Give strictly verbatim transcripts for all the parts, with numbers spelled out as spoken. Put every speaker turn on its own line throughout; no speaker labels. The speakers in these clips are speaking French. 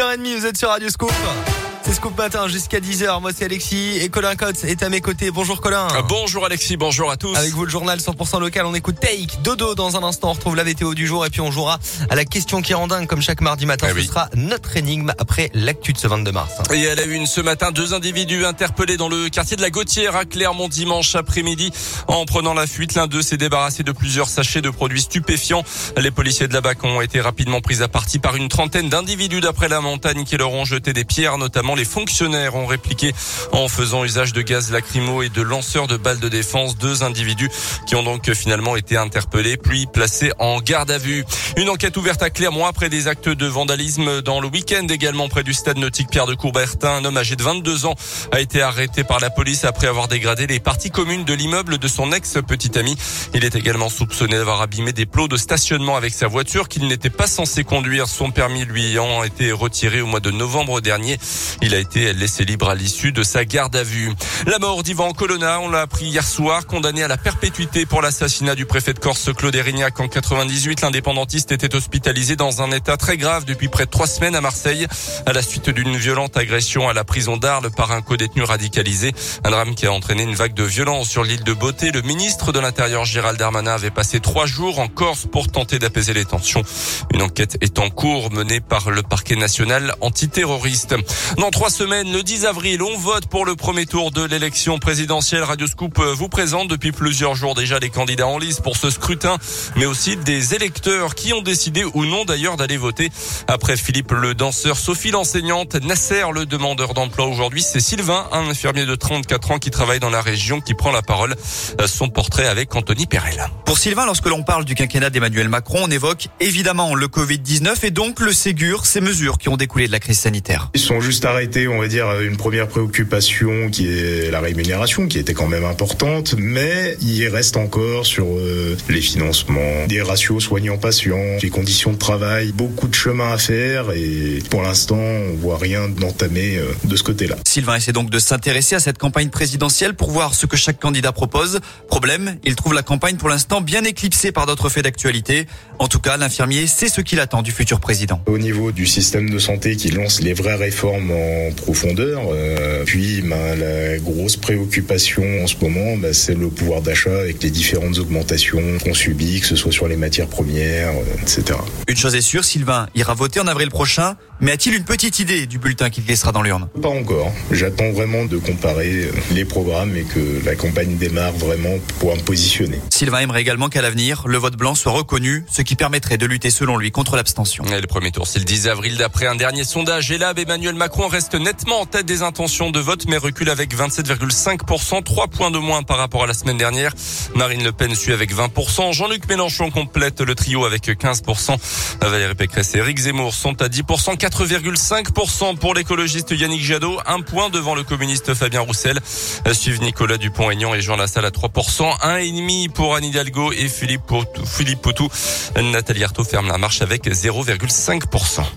heures trente, vous êtes sur Radio Scoop. C'est Scoop Matin jusqu'à dix heures. Moi, c'est Alexis et Colin Cotte est à mes côtés. Bonjour Colin.
Bonjour Alexis, bonjour à tous.
Avec vous, le journal cent pour cent local. On écoute Take, Dodo dans un instant. On retrouve la météo du jour et puis on jouera à la question qui rend dingue comme chaque mardi matin.
Ah
ce
oui.
sera notre énigme après l'actu de ce vingt-deux mars.
Et à la une ce matin, deux individus interpellés dans le quartier de la Gautière à Clermont dimanche après-midi. En prenant la fuite, l'un d'eux s'est débarrassé de plusieurs sachets de produits stupéfiants. Les policiers de la B A C ont été rapidement pris à partie par une trentaine d'individus d'après la montagne qui leur ont jeté des pierres. Notamment les fonctionnaires ont répliqué en faisant usage de gaz lacrymo et de lanceurs de balles de défense. Deux individus qui ont donc finalement été interpellés puis placés en garde à vue. Une enquête ouverte à Clermont après des actes de vandalisme dans le week-end également près du stade nautique Pierre de Coubertin. Un homme âgé de vingt-deux ans a été arrêté par la police après avoir dégradé les parties communes de l'immeuble de son ex-petite amie. Il est également soupçonné d'avoir abîmé des plots de stationnement avec sa voiture qu'il n'était pas censé conduire. Son permis lui ayant été retiré au mois de novembre dernier. Il a été laissé libre à l'issue de sa garde à vue. La mort d'Yvan Colonna, on l'a appris hier soir, condamné à la perpétuité pour l'assassinat du préfet de Corse Claude Érignac en quatre-vingt-dix-huit. L'indépendantiste était hospitalisé dans un état très grave depuis près de trois semaines à Marseille à la suite d'une violente agression à la prison d'Arles par un codétenu radicalisé. Un drame qui a entraîné une vague de violence sur l'île de Beauté. Le ministre de l'Intérieur Gérald Darmanin avait passé trois jours en Corse pour tenter d'apaiser les tensions. Une enquête est en cours menée par le parquet national antiterroriste. Dans trois semaines, le dix avril, on vote pour le premier tour de l'élection présidentielle. Radio Scoop vous présente depuis plusieurs jours déjà les candidats en lice pour ce scrutin, mais aussi des électeurs qui ont décidé ou non d'ailleurs d'aller voter. Après Philippe le danseur, Sophie l'enseignante, Nasser le demandeur d'emploi. Aujourd'hui, c'est Sylvain, un infirmier de trente-quatre ans qui travaille dans la région, qui prend la parole. Son portrait avec Anthony Perel.
Pour Sylvain, lorsque l'on parle du quinquennat d'Emmanuel Macron, on évoque évidemment le covid dix-neuf et donc le Ségur, ces mesures qui ont découlé de la crise sanitaire.
Ils sont juste arrêtés, on va dire, une première préoccupation qui est la rémunération, qui était quand même importante, mais il reste encore sur euh, les financements, des ratios soignants-patients, les conditions de travail, beaucoup de chemin à faire et pour l'instant, on voit rien d'entamé euh, de ce côté-là.
Sylvain essaie donc de s'intéresser à cette campagne présidentielle pour voir ce que chaque candidat propose. Problème, il trouve la campagne pour l'instant bien éclipsée par d'autres faits d'actualité. En tout cas, l'infirmier sait ce qu'il attend du futur président.
Au niveau du système de santé qui lance les vraies réformes en profondeur, euh, puis ben, la grosse préoccupation en ce moment, ben, c'est le pouvoir d'achat avec les différentes augmentations qu'on subit, que ce soit sur les matières premières, euh, et cetera.
Une chose est sûre, Sylvain ira voter en avril prochain, mais a-t-il une petite idée du bulletin qu'il laissera dans l'urne ?
Pas encore. J'attends vraiment de comparer les programmes et que la campagne démarre vraiment pour pouvoir me positionner.
Sylvain aimerait également qu'à l'avenir, le vote blanc soit reconnu, ce qui permettrait de lutter selon lui contre l'abstention.
Et le premier tour, c'est le dix avril. D'après un dernier sondage, et là, Emmanuel Macron reste nettement en tête des intentions de vote, mais recule avec vingt-sept virgule cinq pour cent, trois points de moins par rapport à la semaine dernière. Marine Le Pen suit avec vingt pour cent. Jean-Luc Mélenchon complète le trio avec quinze pour cent. Valérie Pécresse et Éric Zemmour sont à dix pour cent, quatre virgule cinq pour cent pour l'écologiste Yannick Jadot, un point devant le communiste Fabien Roussel. Suivent Nicolas Dupont-Aignan et Jean Lassalle à trois pour cent, un virgule cinq pour Anne Hidalgo et Philippe Poutou. Philippe Poutou. Nathalie Arthaud ferme la marche avec zéro virgule cinq pour cent.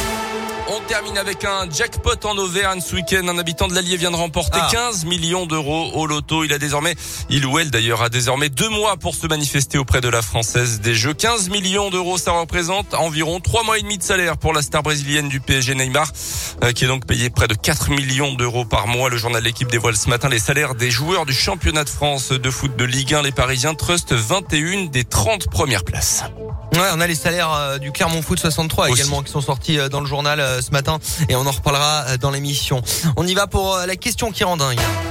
On termine avec un jackpot en Auvergne ce week-end. Un habitant de l'Allier vient de remporter ah. quinze millions d'euros au loto. Il a désormais, il ou elle d'ailleurs, a désormais deux mois pour se manifester auprès de la Française des Jeux. quinze millions d'euros, ça représente environ trois mois et demi de salaire pour la star brésilienne du P S G Neymar, euh, qui est donc payé près de quatre millions d'euros par mois. Le journal L'Équipe dévoile ce matin les salaires des joueurs du championnat de France de foot de Ligue un. Les Parisiens trustent vingt et une des trente premières places.
Ouais, on a les salaires euh, du Clermont Foot soixante-trois
Aussi.
également qui sont sortis euh, dans le journal euh, ce matin et on en reparlera euh, dans l'émission. On y va pour euh, la question qui rend dingue.